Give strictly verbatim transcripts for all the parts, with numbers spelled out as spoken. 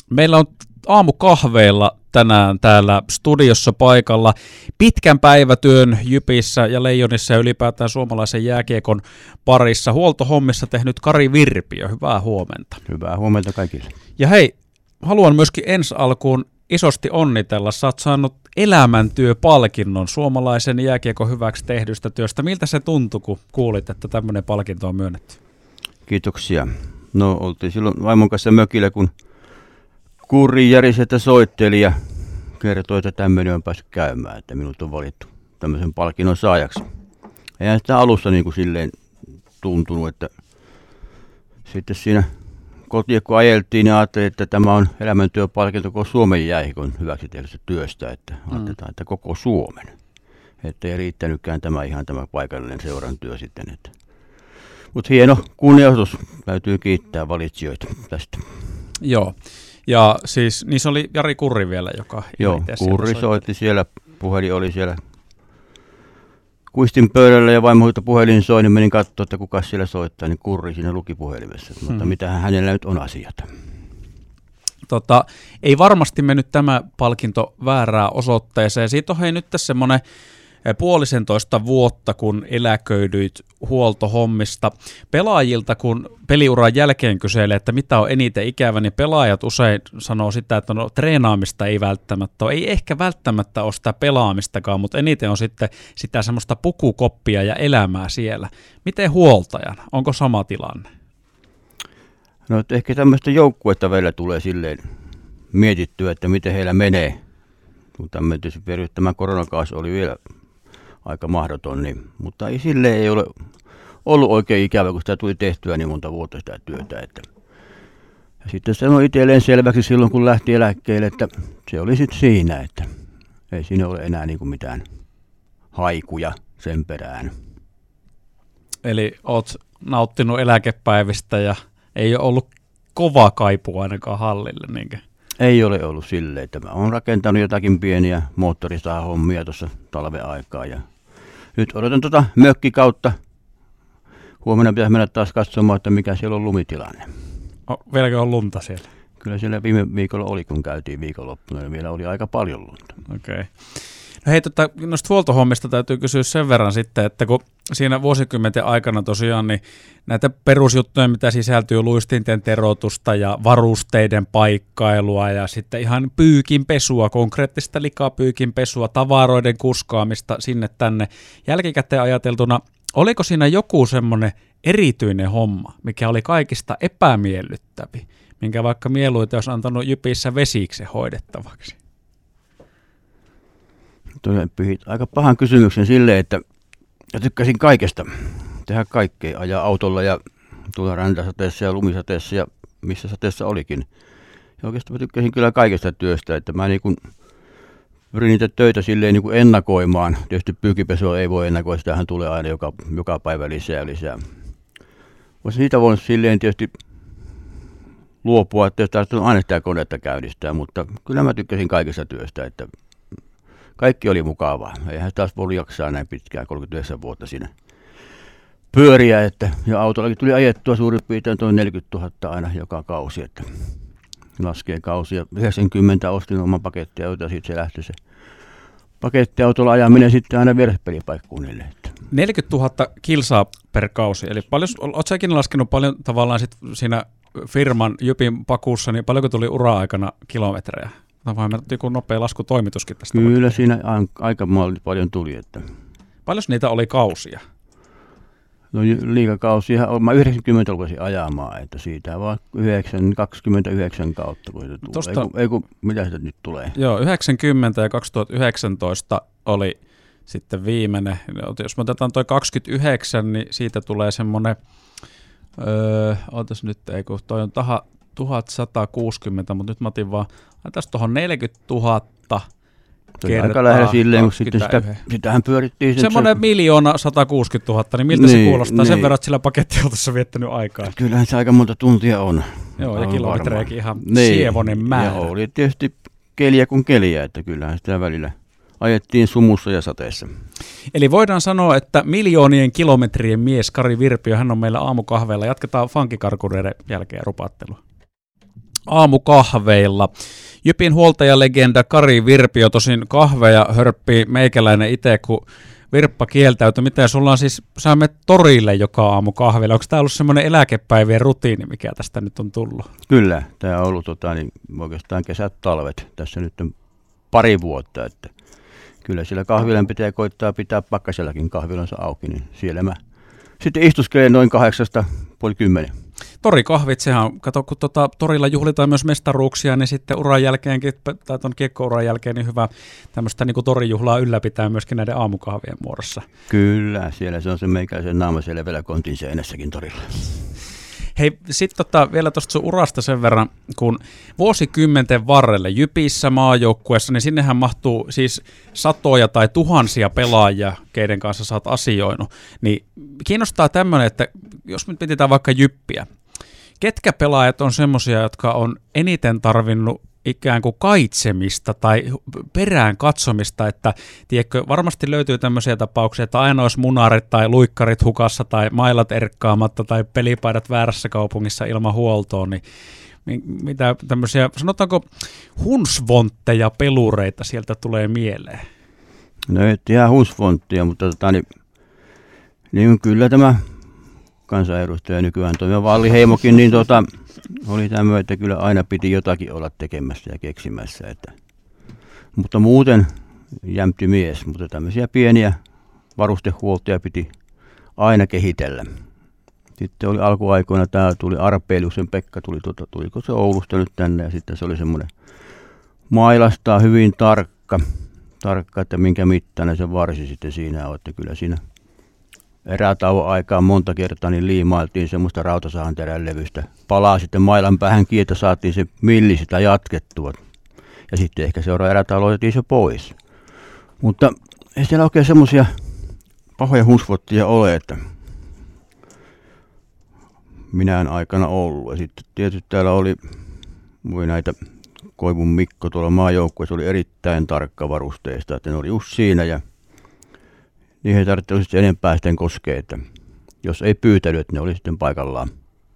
Meillä on aamukahveilla tänään täällä studiossa paikalla pitkän päivätyön Jypissä ja Leijonissa ja ylipäätään suomalaisen jääkiekon parissa huoltohommissa tehnyt Kari Virpiö. Hyvää huomenta. Hyvää huomenta kaikille. Ja hei, haluan myöskin ensi alkuun isosti onnitella. Sä oot saanut elämäntyöpalkinnon suomalaisen jääkiekon hyväksi tehdystä työstä. Miltä se tuntui, kun kuulit, että tämmöinen palkinto on myönnetty? Kiitoksia. No oltiin silloin vaimon kanssa mökillä, kun Kurri Järiseltä soitteli ja kertoi, että tämmöinen on päässyt käymään, että minut on valittu tämmöisen palkinnon saajaksi. Eihän sitä alussa niin kuin silleen tuntunut, että sitten siinä kotiin kun ajeltiin, niin ajattelin, että tämä on elämäntyöpalkinto koko Suomen jääkiekon hyväksi tehdystä työstä, että mm. ajatellaan, että koko Suomen. Että ei riittänytkään tämä ihan tämä paikallinen seuran työ sitten. Että. Mutta hieno kunnioitus, täytyy kiittää valitsijoita tästä. Joo. Ja siis niissä oli Jari Kurri vielä, joka... Joo, Kurri soitti siellä, puhelin oli siellä kuistin pöydällä ja vaimohoito puhelin soi, niin menin katsoa, että kuka siellä soittaa, niin Kurri siinä luki puhelimessa, hmm. mutta mitähän hänellä nyt on asiata. Tota, ei varmasti mennyt tämä palkinto väärää osoitteeseen. Siitä on hei nyt tässä semmoinen puolisentoista vuotta, kun eläköidyit huoltohommista. Pelaajilta, kun peliuran jälkeen kyselee, että mitä on eniten ikävä, niin pelaajat usein sanoo sitä, että no, treenaamista ei välttämättä ole. Ei ehkä välttämättä ole sitä pelaamistakaan, mutta eniten on sitten sitä semmoista pukukoppia ja elämää siellä. Miten huoltajana? Onko sama tilanne? No että ehkä tämmöistä joukkuetta välillä tulee silleen mietittyä, että miten heillä menee. Kun tämä koronakausi oli vielä aika mahdoton, niin, mutta ei silleen ei ole ollut oikein ikävä, kun sitä tuli tehtyä niin monta vuotta sitä työtä. Että. Ja sitten se on itselleen selväksi silloin, kun lähti eläkkeelle, että se oli sitten siinä, että ei siinä ole enää niin kuin mitään haikuja sen perään. Eli oot nauttinut eläkepäivistä ja ei ole ollut kova kaipua ainakaan hallille, niinkö? Ei ole ollut silleen, että mä oon rakentanut jotakin pieniä moottorisahahommia tuossa talven aikaa ja nyt odotan tuota mökkikautta. Huomenna pitäisi mennä taas katsomaan, että mikä siellä on lumitilanne. Oh, vieläkö on lunta siellä? Kyllä siellä viime viikolla oli, kun käytiin viikonloppuna ja vielä oli aika paljon lunta. Okei. Okay. No hei, tota, noista huoltohommista täytyy kysyä sen verran sitten, että kun siinä vuosikymmenten aikana tosiaan niin näitä perusjuttuja, mitä sisältyy luistinten terotusta ja varusteiden paikkailua ja sitten ihan pyykinpesua, konkreettista likapyykinpesua, tavaroiden kuskaamista sinne tänne. Jälkikäteen ajateltuna, oliko siinä joku semmoinen erityinen homma, mikä oli kaikista epämiellyttävi, minkä vaikka mieluiten olisi antanut Jypissä vesiksen hoidettavaksi? Toi pyhit aika pahan kysymyksen silleen, että mä tykkäsin kaikesta, tehdä kaikkea, ajaa autolla ja tuolla räntäsateessa ja lumisateessa ja missä sateessa olikin. Ja oikeastaan mä tykkäsin kyllä kaikesta työstä, että mä niin kuin pyrin niitä töitä silleen niin kuin ennakoimaan. Tietysti pyykipesua ei voi ennakoida, sitähän tulee aina joka, joka päivä lisää ja lisää. Voisi siitä voinut silleen tietysti luopua, että jos tarvitsee aina sitä konetta käynnistää, mutta kyllä mä tykkäsin kaikesta työstä, että kaikki oli mukavaa. Eihän taas voi jaksaa näin pitkään, kolmekymmentäyhdeksän vuotta siinä pyöriä. Että, ja autollakin tuli ajettua suurin piirtein tuon neljäkymmentätuhatta aina joka kausi. Että laskee kausia. yhdeksänkymmentä ostin oman pakettia, jota sitten se lähti se pakettiautolla ajaminen sitten aina verspelipaikkuunnille. neljäkymmentätuhatta kilsaa per kausi. Eli paljon, oletko säkin laskenut paljon tavallaan sit siinä firman Jypin pakuussa, niin paljonko tuli ura-aikana kilometrejä? No vai joku nopea laskutoimituskin tästä? Kyllä vaikka. Siinä aika paljon tuli. Että. Paljon niitä oli kausia? No liigakausia, mä yhdeksänkymmentä lukuisin ajamaan, että siitä vaan kaksikymmentäyhdeksän kautta, kun se tulee. Tosta, ei, kun, ei kun, mitä sitä nyt tulee? Joo, yhdeksänkymmentä ja kaksituhattayhdeksäntoista oli sitten viimeinen. Jos me otetaan toi kaksikymmentäyhdeksän, niin siitä tulee semmoinen, öö, ootas nyt, ei kun toi on taha, tuhatsatakuusikymmentä, mutta nyt mä otin vaan, tässä tuohon neljäkymmentätuhatta kertaa aika lähellä silleen, kun sitten sitä, sitähän pyörittiin. Semmoinen se miljoona satakuusikymmentätuhatta, niin miltä niin, se kuulostaa niin. Sen verran, että sillä pakettiautossa viettänyt aikaa? Kyllähän se aika monta tuntia on. Joo, ja kilometrejäkin ihan niin. Sievonen määrä. Ja oli tietysti keliä kuin keliä, että kyllähän sitä välillä ajettiin sumussa ja sateessa. Eli voidaan sanoa, että miljoonien kilometrien mies Kari Virpiö, hän on meillä aamukahveilla. Jatketaan funkikarkureiden jälkeen rupaattelua. aamukahveilla. Jypin huoltajalegenda Kari Virpio tosin kahveja hörppii meikäläinen itse, kun Virppa kieltäytyi. Miten sulla on siis, sä menet torille joka aamu kahvilla. Onko tämä ollut semmoinen eläkepäivien rutiini, mikä tästä nyt on tullut? Kyllä, tämä on ollut tota, niin, oikeastaan kesät, talvet. Tässä nyt on pari vuotta, että kyllä siellä kahvilan pitää koittaa pitää pakkasellakin kahvilansa auki, niin siellä mä sitten istuskelen noin kahdeksasta puoli kymmenen. Torikahvit, sehän, kato, kun tota, torilla juhlitaan myös mestaruuksia, niin sitten uran jälkeenkin, tai tuon kiekkouran jälkeen, niin hyvä tämmöistä niin kuin torijuhlaa ylläpitää myöskin näiden aamukahvien muodossa. Kyllä, siellä se on se meikäisen naama siellä vielä kontin seinässäkin torilla. Hei, sitten tota, vielä tuosta sun urasta sen verran, kun vuosikymmenten varrelle Jypissä maajoukkueessa, niin sinnehän mahtuu siis satoja tai tuhansia pelaajia, keiden kanssa sä oot asioinut. Niin kiinnostaa tämmöinen, että jos nyt mietitään vaikka Jyppiä, ketkä pelaajat on semmoisia, jotka on eniten tarvinnut ikään kuin kaitsemista tai perään katsomista, että tiedätkö, varmasti löytyy tämmöisiä tapauksia, että aina olisi munarit tai luikkarit hukassa tai mailat erkkaamatta tai pelipaidat väärässä kaupungissa ilman huoltoa, niin mitä tämmöisiä, sanotaanko hunsvontteja pelureita sieltä tulee mieleen? No et ihan hunsvonttia, mutta tota, niin, niin kyllä tämä kansanedustaja nykyään toimiva Valli Heimokin, niin tota, oli tämmöinen, että kyllä aina piti jotakin olla tekemässä ja keksimässä. Että, mutta muuten jämpti mies, mutta tämmöisiä pieniä varustehuoltoja piti aina kehitellä. Sitten oli alkuaikoina, tämä tuli Arpeliuksen Pekka, tuli tuota, tuliko se Oulusta nyt tänne, ja sitten se oli semmoinen mailastaa hyvin tarkka, tarkka, että minkä mittainen se varsi sitten siinä on, että kyllä siinä erätauon aikaan monta kertaa niin liimailtiin semmoista rautasahanterän levystä. Palaa sitten mailan päähän kiinni, että saatiin se milli sitä jatkettua. Ja sitten ehkä seuraava erätauo otettiin se pois. Mutta ei siellä oikein semmoisia pahoja hunsvottia ole, että minä en aikana ollut. Ja sitten tietysti täällä oli voi näitä Koivun Mikko tuolla maajoukkueessa oli erittäin tarkka varusteista, että ne oli just siinä ja niihin ei tarvitse sitten enempää sitten koskea, että jos ei pyytänyt, että ne oli sitten paikallaan.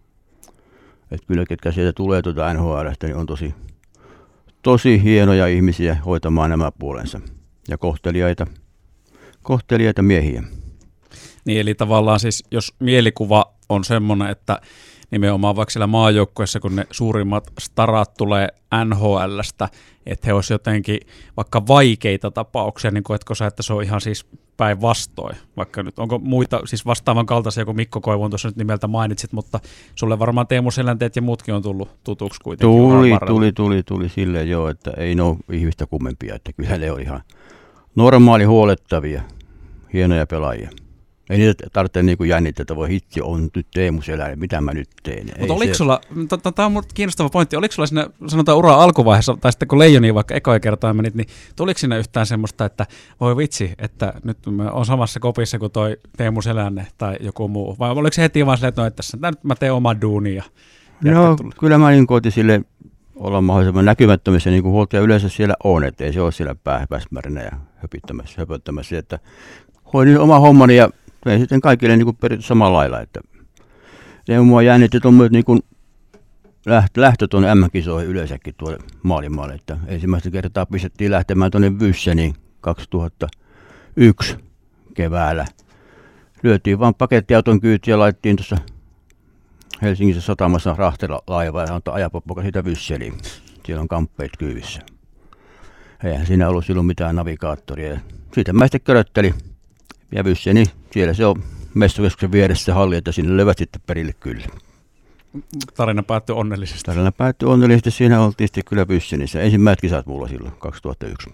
Että kyllä ketkä sieltä tulee tuota N H L:stä, niin on tosi, tosi hienoja ihmisiä hoitamaan nämä puolensa ja kohteliaita, kohteliaita miehiä. Niin eli tavallaan siis, jos mielikuva on semmoinen, että nimenomaan vaikka siellä maajoukkueessa, kun ne suurimmat starat tulee N H L:stä, että he olisivat jotenkin vaikka vaikeita tapauksia, niin koetko sä, että se on ihan siis päinvastoin? Vaikka nyt onko muita siis vastaavan kaltaisia kuin Mikko Koivun tuossa nyt nimeltä mainitsit, mutta sulle varmaan Teemu Selänteet ja muutkin on tullut tutuksi kuitenkin. Tuli, tuli, tuli, tuli silleen joo, että ei ne ole ihmistä kummempia, että kyllä ne on ihan normaali huolettavia, hienoja pelaajia. Ei niitä tarvitse niin kuin jännittää, että voi hitsi, on nyt Teemu Selänne, mitä mä nyt teen. Mutta oliko se sulla, tämä on kiinnostava pointti, oliko sulla siinä, sanotaan ura alkuvaiheessa, tai sitten kun Leijoniin vaikka ekoja kertaa menit, niin tuliko siinä yhtään semmoista, että voi vitsi, että nyt on samassa kopissa kuin toi Teemu Selänne tai joku muu, vai oliko se heti vaan silleen, että no, tässä nyt mä teen oman duunia? No kyllä mä niin koitin sille olla mahdollisimman näkymättömissä, niin kuin huoltaja yleensä siellä on, että ei se ole siellä pääsmärinä ja höpyttämässä, höpöttämässä, että hoidin oma hommani ja ei sitten kaikille niin periaatteessa samalla lailla, että ei mua jännitti tuommoiset niin lähtö, lähtö tuonne M M-kisoihin yleensäkin tuolle maailmalle, että ensimmäistä kertaa pistettiin lähtemään tuonne Vysseniin kaksituhattayksi keväällä. Lyötiin vaan pakettiauton kyytiin ja laittiin tuossa Helsingissä satamassa rahtelaiva ja sanottiin ajapoppoka siitä Vysseniin. Siellä on kamppeet kyyvissä. Eihän siinä ollut silloin mitään navigaattoria. Siitä mä sitten köröttelin. Ja Vysseni, siellä se on messukeskuksen vieressä halli, että sinne levät sitten perille kyllä. Tarina päättyi onnellisesti. Tarina päättyi onnellisesti, siinä oltiin sitten kyllä Vyssenissä. Ensimmäiset kisat mulla silloin, kaksituhattayksi.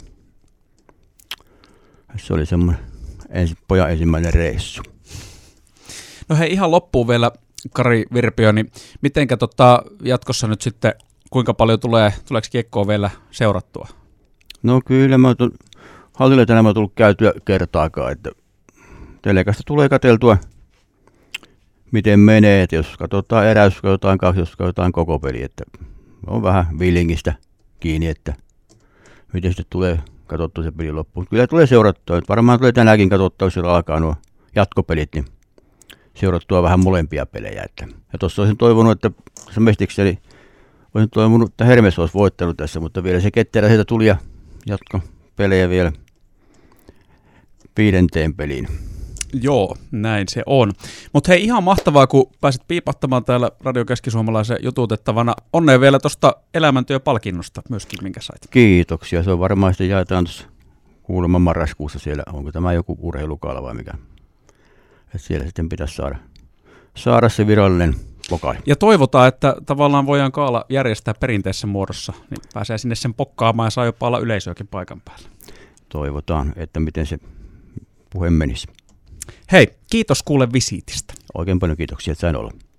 Se oli semmoinen ensi, pojan ensimmäinen reissu. No hei, ihan loppuun vielä, Kari Virpio, niin mitenkä tota, jatkossa nyt sitten, kuinka paljon tulee, tuleeko kiekkoa vielä seurattua? No kyllä, mä oon hallille tänään mä oon tullut käytyä kertaakaan, että telekasta tulee katseltua, miten menee, että jos katsotaan eräys, katsotaan kaksi, jos katsotaan koko peli, että on vähän willingistä kiinni, että miten sitten tulee katsottua se peli loppuun. Kyllä tulee seurattua, että varmaan tulee tänäänkin katsottua, jos siellä alkaa nuo jatkopelit, niin seurattua vähän molempia pelejä. Että. Ja tuossa olisin toivonut, että se mestikseni Olisin toivonut, että Hermes olisi voittanut tässä, mutta vielä se ketterä sieltä tuli ja jatko pelejä vielä viidenteen peliin. Joo, näin se on. Mutta hei, ihan mahtavaa, kun pääsit piipattamaan täällä Radio Keski-Suomalaisen jututettavana. Onnea vielä tuosta elämäntyöpalkinnosta myöskin, minkä sait. Kiitoksia. Se on varmaan sitten jaetaan tuossa kuulemma marraskuussa siellä. Onko tämä joku urheilukaala vai mikä? Et siellä sitten pitäisi saada, saada se virallinen pokaali. Ja toivotaan, että tavallaan voidaan kaala järjestää perinteisessä muodossa, niin pääsee sinne sen pokkaamaan ja saa jopa olla yleisöäkin paikan päällä. Toivotaan, että miten se puhe menisi. Hei, kiitos kuule visiitistä. Oikein paljon kiitoksia, että sain olla.